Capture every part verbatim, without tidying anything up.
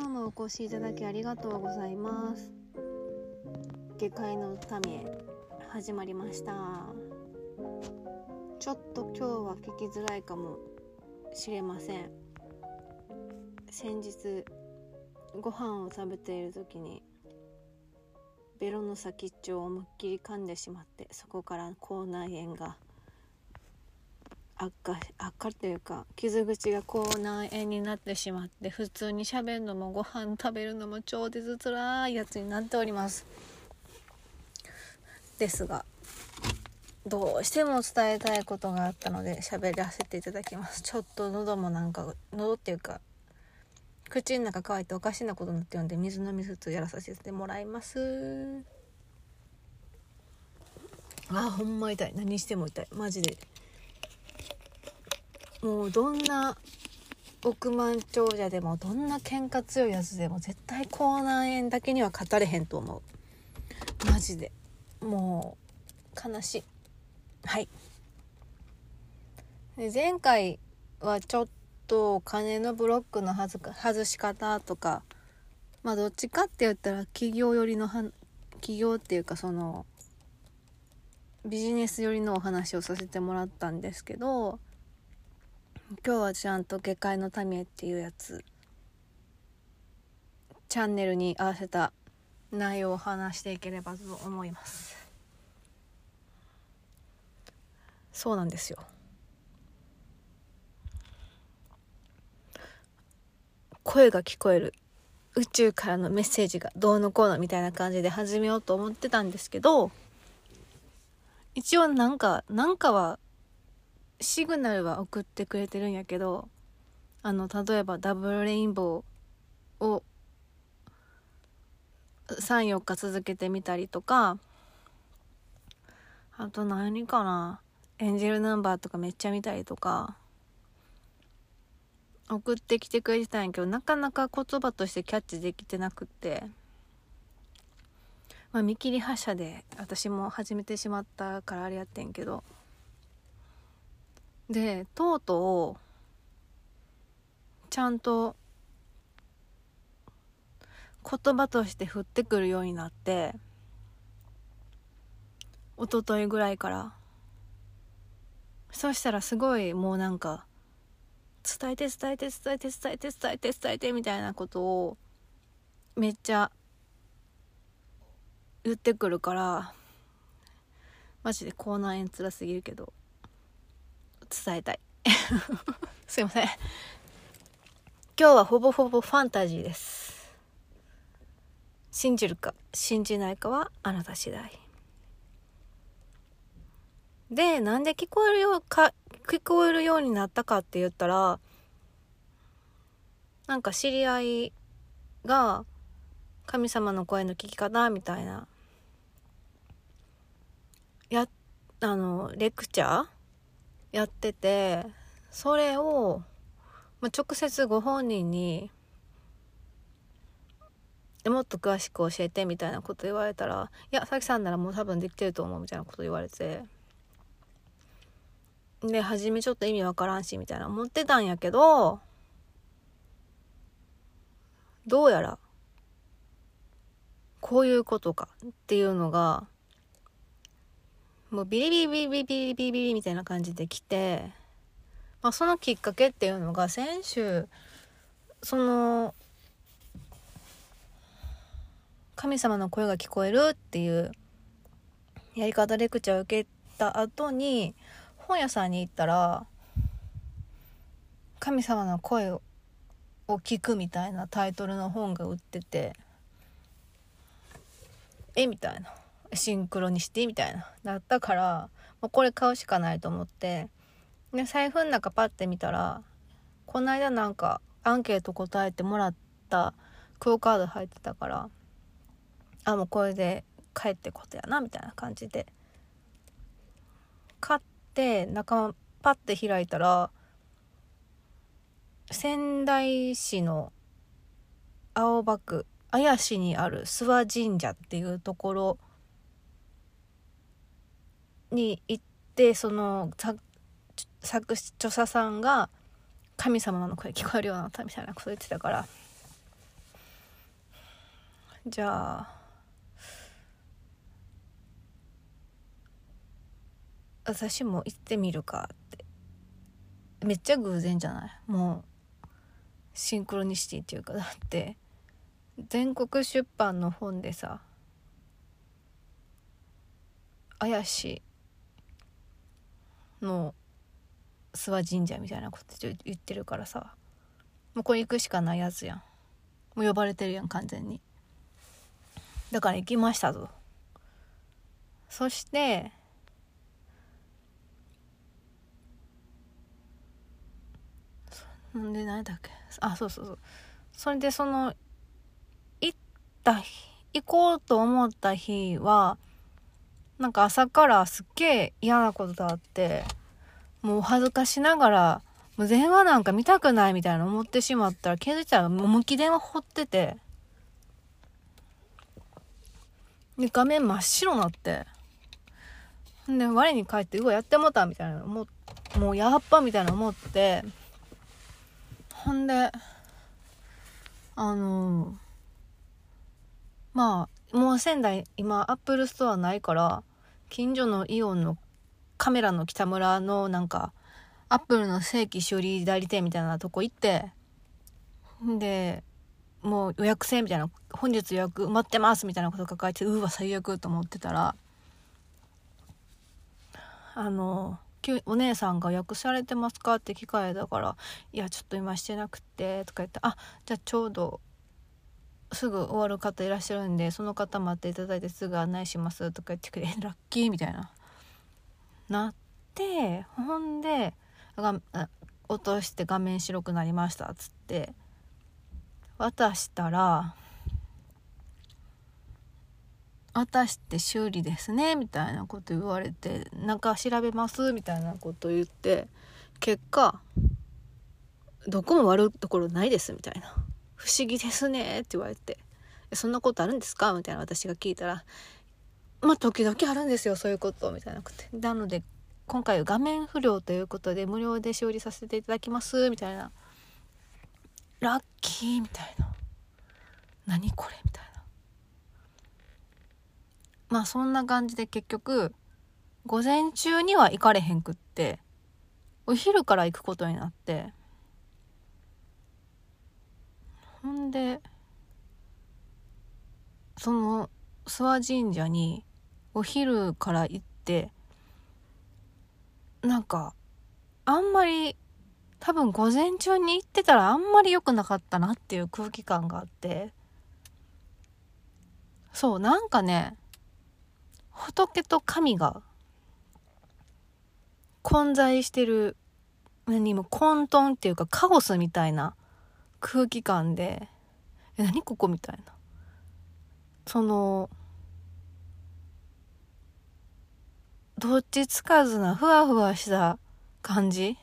今日もお越しいただきありがとうございます。下界の民へ始まりました。ちょっと今日は聞きづらいかもしれません。先日ご飯を食べている時にベロの先っちょを思いっきり噛んでしまって、そこから口内炎が悪化悪化というか傷口が口内炎になってしまって、普通に喋るのもご飯食べるのも超絶つらいやつになっております。ですがどうしても伝えたいことがあったので喋らせていただきます。ちょっと喉もなんか喉っていうか口の中乾いておかしなことになってるので、水飲みつつやらさせてもらいます。あ、ほんま痛い。何しても痛い。マジで。もうどんな億万長者でもどんな喧嘩強いやつでも絶対口内炎だけには勝たれへんと思う。マジで。もう悲しい。はい。で前回はちょっと金のブロックのはずか外し方とか、まあどっちかって言ったら企業寄りのは企業っていうかそのビジネス寄りのお話をさせてもらったんですけど、今日はちゃんと下界の民へっていうやつチャンネルに合わせた内容を話していければと思います。そうなんですよ。声が聞こえる、宇宙からのメッセージがどうのこうのみたいな感じで始めようと思ってたんですけど、一応なんかなんかはシグナルは送ってくれてるんやけど、あの例えばダブルレインボーをさん、よっか続けてみたりとか、あと何かな、エンジェルナンバーとかめっちゃ見たりとか送ってきてくれてたんやけど、なかなか言葉としてキャッチできてなくって、まあ見切り発車で私も始めてしまったからあれやってんけど、でとうとうちゃんと言葉として降ってくるようになって、一昨日ぐらいから。そしたらすごいもうなんか伝えて伝えて伝えて伝えて伝えて伝えてみたいなことをめっちゃ言ってくるから、マジで口内炎つらすぎるけど伝えたいすいません。今日はほぼほぼファンタジーです。信じるか信じないかはあなた次第で、なんで聞こえるようか聞こえるようになったかって言ったら、なんか知り合いが神様の声の聞き方みたいなやあのレクチャーやってて、それを、まあ、直接ご本人にもっと詳しく教えてみたいなこと言われたら、いやさきさんならもう多分できてると思うみたいなこと言われて、で初めちょっと意味わからんしみたいな思ってたんやけど、どうやらこういうことかっていうのがもうビリビリビリビリビリビリビリみたいな感じで来て、まあ、そのきっかけっていうのが先週その神様の声が聞こえるっていうやり方レクチャーを受けた後に本屋さんに行ったら、神様の声を聞くみたいなタイトルの本が売ってて、えみたいな、シンクロニシティみたいなだったから、もうこれ買うしかないと思って、で財布の中パッて見たら、この間なんかアンケート答えてもらったクオカード入ってたから、あもうこれで帰ってことやなみたいな感じで買って、中パッて開いたら、仙台市の青葉区綾市にある諏訪神社っていうところに行って、その作著者さんが神様の声聞こえるようになったみたいなこと言ってたから、 じゃあ私も行ってみるかって。めっちゃ偶然じゃない？もうシンクロニシティっていうか、だって全国出版の本でさ、怪しいの諏訪神社みたいなこと言ってるからさ、もうこれ行くしかないやつやん。もう呼ばれてるやん完全に。だから行きましたと。そしてんで何だっけ、あそうそうそう、それでその行った日行こうと思った日はなんか朝からすっげえ嫌なことがあって、もう恥ずかしながらもう電話なんか見たくないみたいな思ってしまったら、気づいたら思いっきり電話掘ってて、で画面真っ白になって、で我に返ってうわやってもたみたいな思う、もうやっぱみたいな思って、ほんであのー、まあもう仙台今アップルストアないから、近所のイオンのカメラの北村のなんかアップルの正規修理代理店みたいなとこ行って、でもう予約制みたいな、本日予約埋まってますみたいなこと書かれて、うわ最悪と思ってたら、あのお姉さんが予約されてますかって聞かれたから、いやちょっと今してなくてとか言って、あじゃあちょうどすぐ終わる方いらっしゃるんでその方待っていただいてすぐ案内しますとか言ってくれ、ラッキーみたいななって、ほんでが落として画面白くなりましたっつって渡したら、渡して修理ですねみたいなこと言われて、なんか調べますみたいなこと言って、結果どこも悪いところないですみたいな、不思議ですねって言われて、そんなことあるんですかみたいな私が聞いたら、まあ時々あるんですよそういうことみたいなことなので、今回は画面不良ということで無料で修理させていただきますみたいな、ラッキーみたいな、何これみたいな、まあそんな感じで結局午前中には行かれへんくって、お昼から行くことになって、ほんでその諏訪神社にお昼から行って、なんかあんまり多分午前中に行ってたらあんまり良くなかったなっていう空気感があって、そうなんかね、仏と神が混在してる、何も混沌っていうかカオスみたいな空気感で、え何ここみたいな、そのどっちつかずなふわふわした感じ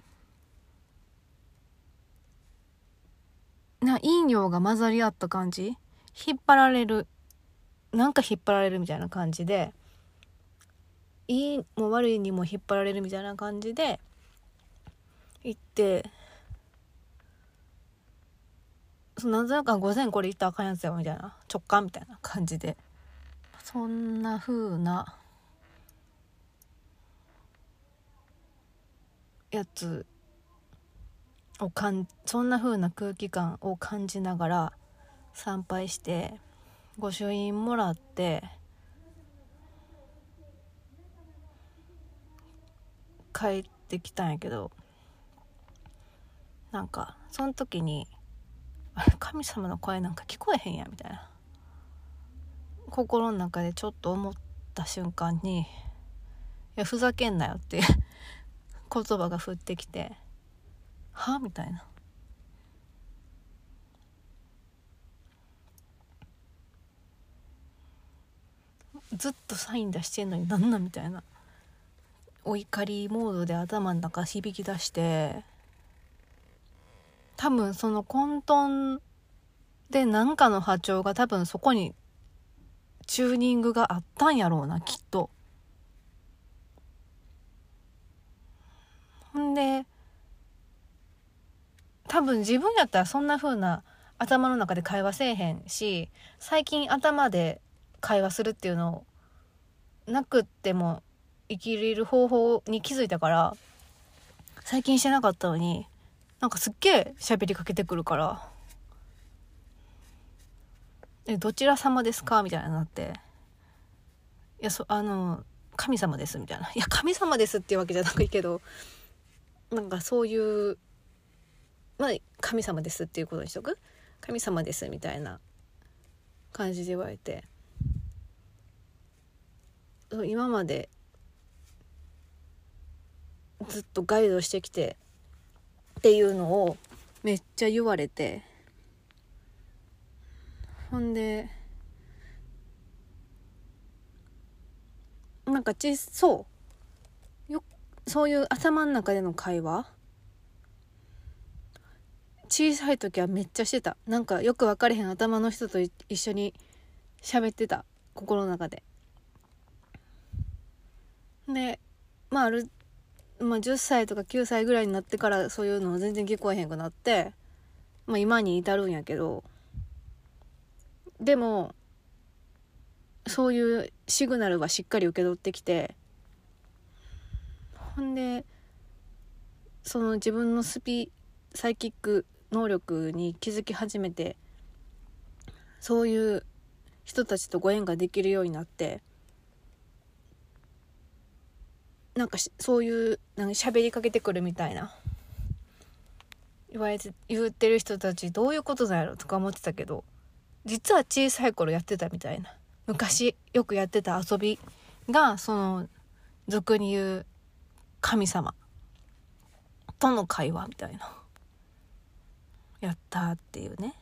な、陰陽が混ざり合った感じ、引っ張られる、なんか引っ張られるみたいな感じで、いいも悪いにも引っ張られるみたいな感じで行って、そなんとなく午前これ行ったらあかんやつやみたいな、直感みたいな感じで、そんな風なやつをかんそんな風な空気感を感じながら参拝して御朱印もらって帰ってきたんやけど、なんかその時に神様の声なんか聞こえへんやみたいな心の中でちょっと思った瞬間に、いやふざけんなよっていう言葉が降ってきて、はみたいな、ずっとサイン出してんのになんなんみたいな、お怒りモードで頭の中響き出して、多分その混沌で何かの波長が多分そこにチューニングがあったんやろうなきっと。ほんで多分自分やったらそんな風な頭の中で会話せえへんし、最近頭で会話するっていうのなくっても生きれる方法に気づいたから、最近してなかったのになんかすっげえ喋りかけてくるから、えどちら様ですかみたいになって、いやそあの神様ですみたいな、いや神様ですっていうわけじゃなくいけど、なんかそういうまあ神様ですっていうことにしとく、神様ですみたいな感じで言われて、今までずっとガイドしてきてっていうのをめっちゃ言われて、ほんでなんかちそうよそういう頭の中での会話小さい時はめっちゃしてた。なんかよく分かれへん頭の人と一緒に喋ってた、心の中で。でまあある、まあ、じゅっさいとかきゅうさいぐらいになってからそういうの全然聞こえへんくなって、まあ、今に至るんやけど、でもそういうシグナルはしっかり受け取ってきて、ほんでその自分のスピサイキック能力に気づき始めて、そういう人たちとご縁ができるようになって、なんかそういうなんか喋りかけてくるみたいな言われて言ってる人たちどういうことなんやろとか思ってたけど、実は小さい頃やってたみたいな、昔よくやってた遊びがその俗に言う神様との会話みたいなやったっていうね。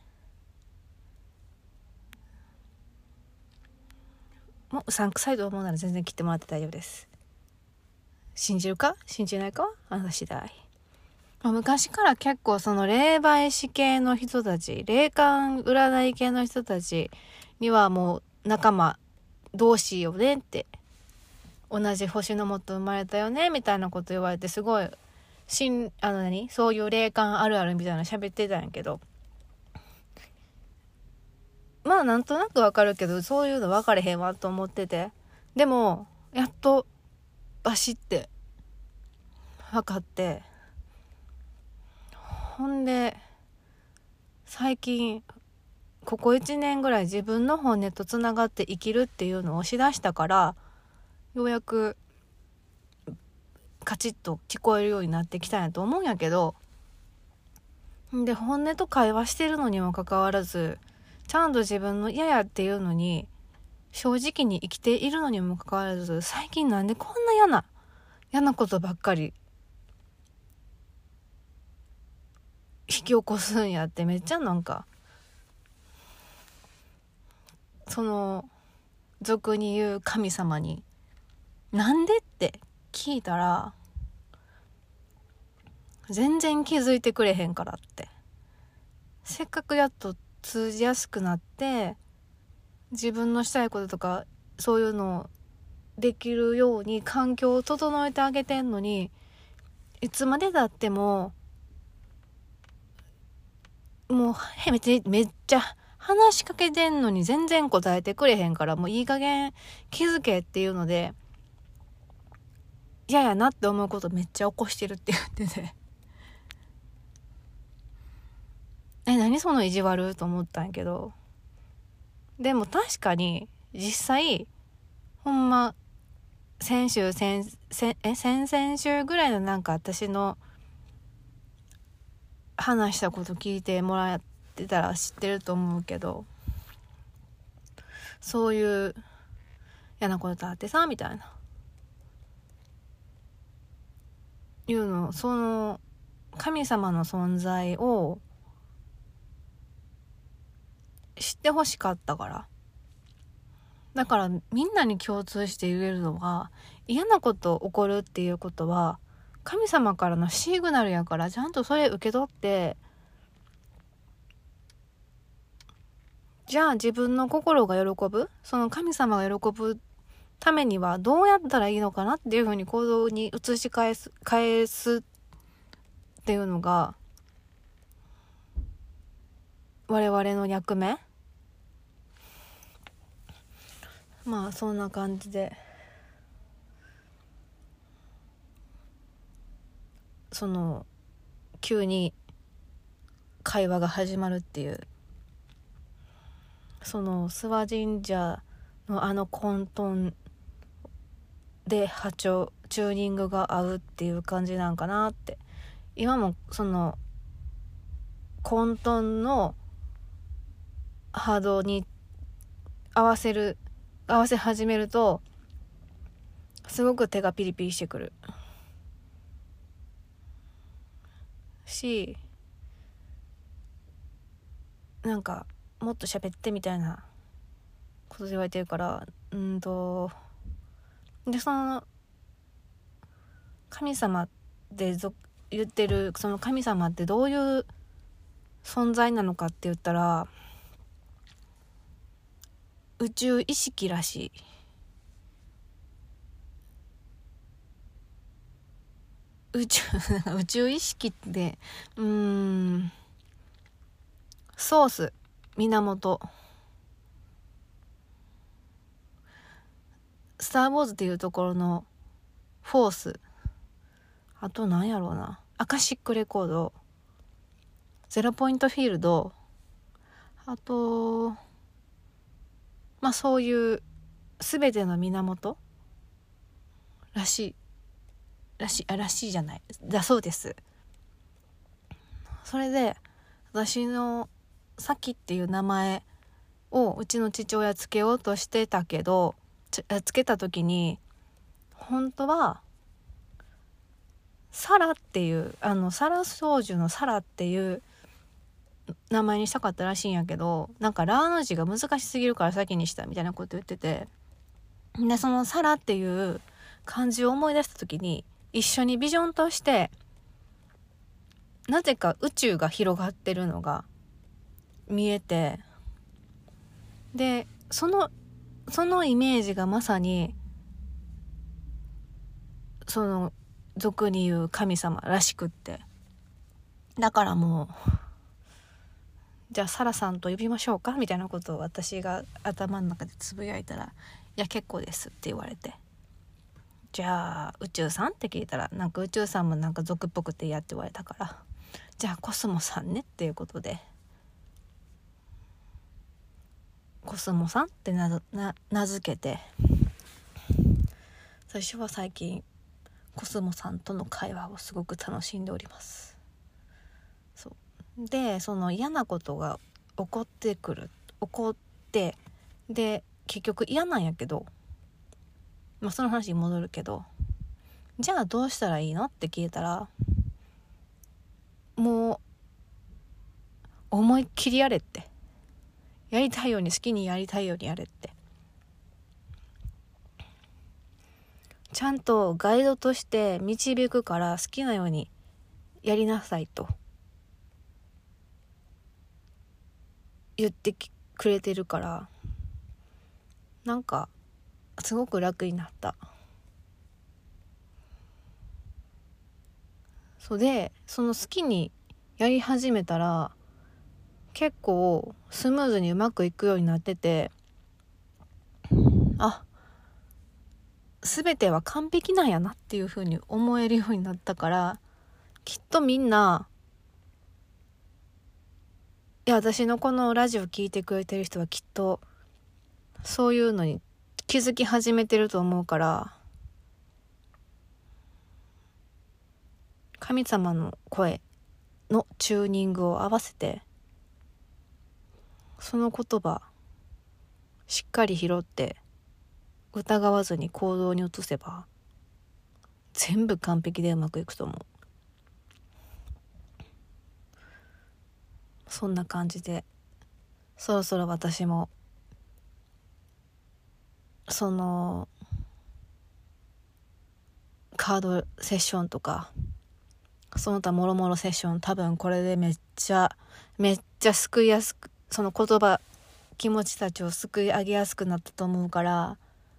もううさんくさいと思うなら全然切ってもらって大丈夫です。信じるか信じないかはあなた次第。昔から結構その霊媒師系の人たち、霊感占い系の人たちにはもう仲間同士よねって、同じ星のもと生まれたよねみたいなこと言われて、すごいしんあの何そういう霊感あるあるみたいな喋ってたんやけど、まあなんとなくわかるけどそういうの分かれへんわと思ってて、でもやっとバシって分かって、ほんで最近ここいちねんぐらい自分の本音とつながって生きるっていうのをしだしたから、ようやくカチッと聞こえるようになってきたんやと思うんやけど、で本音と会話してるのにもかかわらず、ちゃんと自分の嫌やっていうのに正直に生きているのにもかかわらず、最近なんでこんな嫌な嫌なことばっかり引き起こすんやって、めっちゃなんかその俗に言う神様になんでって聞いたら、全然気づいてくれへんからって。せっかくやっと通じやすくなって自分のしたいこととかそういうのをできるように環境を整えてあげてんのに、いつまでだってももうめっちゃめっちゃ話しかけてんのに全然答えてくれへんから、もういい加減気づけっていうので嫌やなって思うことめっちゃ起こしてるって言っててえ何その意地悪と思ったんやけど、でも確かに実際ほんま先週先先え先々週ぐらいのなんか私の話したこと聞いてもらってたら知ってると思うけど、そういう嫌なことあってさみたいないうの、その神様の存在を知ってほしかったから。だからみんなに共通して言えるのは、嫌なこと起こるっていうことは神様からのシグナルやから、ちゃんとそれ受け取って、じゃあ自分の心が喜ぶ、その神様が喜ぶためにはどうやったらいいのかなっていう風に行動に移し返す返すっていうのが我々の役目、まあそんな感じでその急に会話が始まるっていう、その諏訪神社のあの混沌で波長チューニングが合うっていう感じなんかなって。今もその混沌の波動に合わせる合わせ始めるとすごく手がピリピリしてくるし、なんかもっと喋ってみたいなことで言われてるから、うんとでその神様で言ってるその神様ってどういう存在なのかって言ったら、宇宙意識らしい。宇宙宇宙意識ってうーんソース、源、スター・ウォーズっていうところのフォース、あと何やろうな、アカシックレコード、ゼロポイントフィールド、あとまあそういう全ての源らしいらしいあらしいじゃないだそうです。それで私のサキっていう名前をうちの父親つけようとしてたけど、つ, つけた時に本当はサラっていうあのサラソージュのサラっていう名前にしたかったらしいんやけど、なんかラーの字が難しすぎるから先にしたみたいなこと言ってて、でそのサラっていう漢字を思い出した時に一緒にビジョンとしてなぜか宇宙が広がってるのが見えて、でそのそのイメージがまさにその俗に言う神様らしくって、だからもうじゃあサラさんと呼びましょうかみたいなことを私が頭の中でつぶやいたら、いや結構ですって言われて、じゃあ宇宙さんって聞いたら、なんか宇宙さんもなんか俗っぽくて嫌って言われたから、じゃあコスモさんねっていうことでコスモさんってなな名付けて、私は最近コスモさんとの会話をすごく楽しんでおります。そうでその嫌なことが起こってくる起こってで結局嫌なんやけど、まあその話に戻るけど、じゃあどうしたらいいのって聞いたら、もう思いっきりやれって、やりたいように好きにやりたいようにやれって、ちゃんとガイドとして導くから好きなようにやりなさいと言ってくれてるから、なんかすごく楽になった。そうでその好きにやり始めたら結構スムーズにうまくいくようになってて、あ、全ては完璧なんやなっていう風に思えるようになったから、きっとみんな、いや私のこのラジオ聞いてくれてる人はきっとそういうのに気づき始めてると思うから、神様の声のチューニングを合わせてその言葉しっかり拾って疑わずに行動に移せば全部完璧でうまくいくと思う。そんな感じでそろそろ私もそのカードセッションとかその他もろもろセッション、多分これでめっちゃめっちゃ救いやすく、その言葉気持ちたちを救い上げやすくなったと思うから、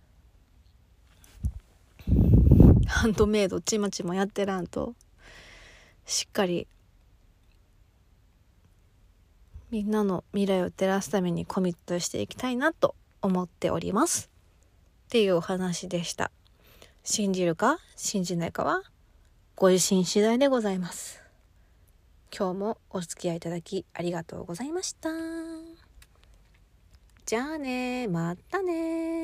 ハンドメイドちまちまやってらんとしっかりみんなの未来を照らすためにコミットしていきたいなと思っておりますっていうお話でした。信じるか信じないかはご自身次第でございます。今日もお付き合いいただきありがとうございました。じゃあね、またね。